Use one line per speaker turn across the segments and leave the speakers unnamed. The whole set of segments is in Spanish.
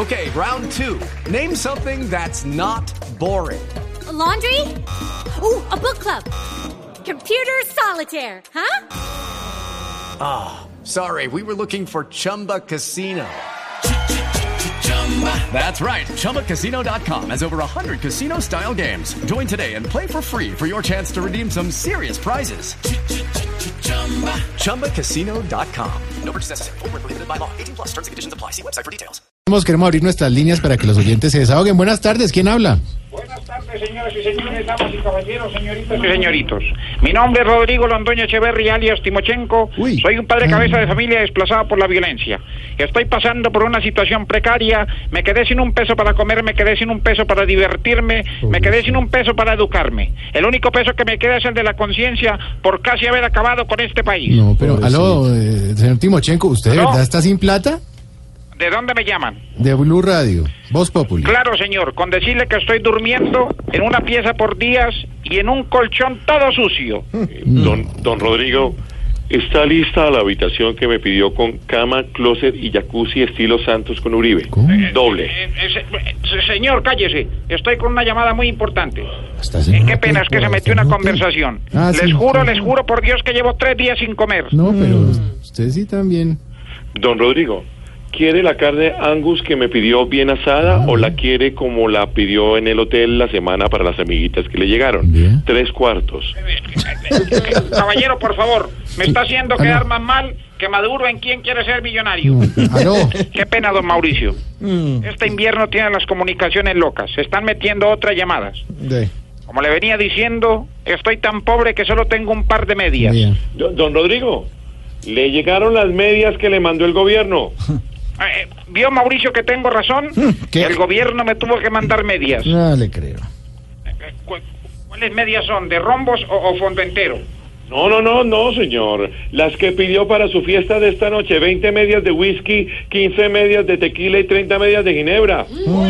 Okay, round two. Name something that's not boring.
A laundry? Ooh, a book club. Computer solitaire, huh?
Ah, sorry, we were looking for Chumba Casino. That's right, ChumbaCasino.com has over 100 casino-style games. Join today and play for free for your chance to redeem some serious prizes. ChumbaCasino.com. No purchase necessary. Void where prohibited by law. 18+ terms and conditions apply. See website for details.
Queremos abrir nuestras líneas para que los oyentes se desahoguen. Buenas tardes, ¿quién habla?
Buenas tardes, señoras y señores, damas y caballeros, señoritas y señoritos. Mi nombre es Rodrigo Londoño Echeverri, alias Timochenko. Soy un padre cabeza de familia desplazado por la violencia. Estoy pasando por una situación precaria. Me quedé sin un peso para comer, me quedé sin un peso para divertirme, me quedé sin un peso para educarme. El único peso que me queda es el de la conciencia por casi haber acabado con este país.
No, pero, aló, señor Timochenko, ¿usted de verdad está sin plata?
¿De dónde me llaman?
De Blue Radio, Voz Populi.
Claro, señor, con decirle que estoy durmiendo en una pieza por días y en un colchón todo sucio.
Don Rodrigo, ¿está lista la habitación que me pidió con cama, closet y jacuzzi estilo Santos con Uribe? Doble.
Señor, cállese. Estoy con una llamada muy importante.
Qué
pena, es que se metió una conversación. Les juro por Dios que llevo 3 días sin comer.
No, pero usted sí también.
Don Rodrigo, ¿quiere la carne Angus que me pidió bien asada o la quiere como la pidió en el hotel la semana para las amiguitas que le llegaron?
Bien.
3/4.
Caballero, por favor, me está haciendo quedar más mal que Maduro en Quién quiere ser millonario.
Aló.
Qué pena, don Mauricio. Este invierno tiene las comunicaciones locas. Se están metiendo otras llamadas. Como le venía diciendo, estoy tan pobre que solo tengo un par de medias.
Don Rodrigo, le llegaron las medias que le mandó el gobierno.
¿Vio, Mauricio, que tengo razón?
¿Qué?
El gobierno me tuvo que mandar medias.
No le creo.
¿Cuáles medias son? ¿De rombos o fondo entero?
No, señor. Las que pidió para su fiesta de esta noche. 20 medias de whisky, 15 medias de tequila y 30 medias de ginebra.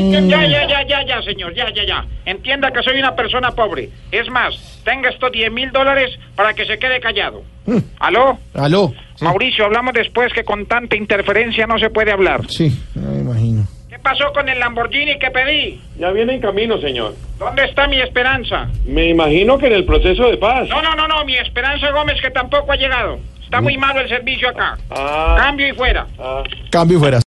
Ya, señor, ya. Entienda que soy una persona pobre. Es más, tenga estos $10,000 para que se quede callado. ¿Aló?
Sí.
Mauricio, hablamos después, que con tanta interferencia no se puede hablar.
Sí, me imagino.
¿Qué pasó con el Lamborghini que pedí?
Ya viene en camino, señor.
¿Dónde está mi Esperanza?
Me imagino que en el proceso de paz.
No, mi Esperanza Gómez, que tampoco ha llegado. Está muy malo el servicio acá. Cambio y fuera.
Cambio y fuera.